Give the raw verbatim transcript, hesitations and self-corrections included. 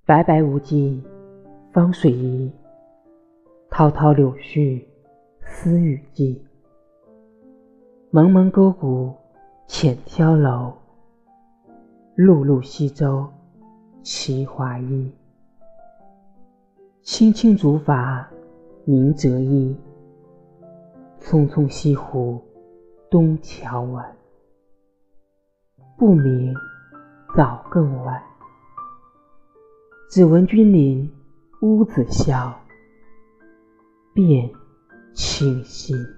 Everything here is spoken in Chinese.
白白无际，方水一，滔滔柳絮，丝雨季。蒙蒙沟谷，浅挑楼，陆路西洲，齐华衣。青青竹筏，明折衣。匆匆西湖，东桥晚。不明，早更晚。只闻君临，屋子笑，便清心。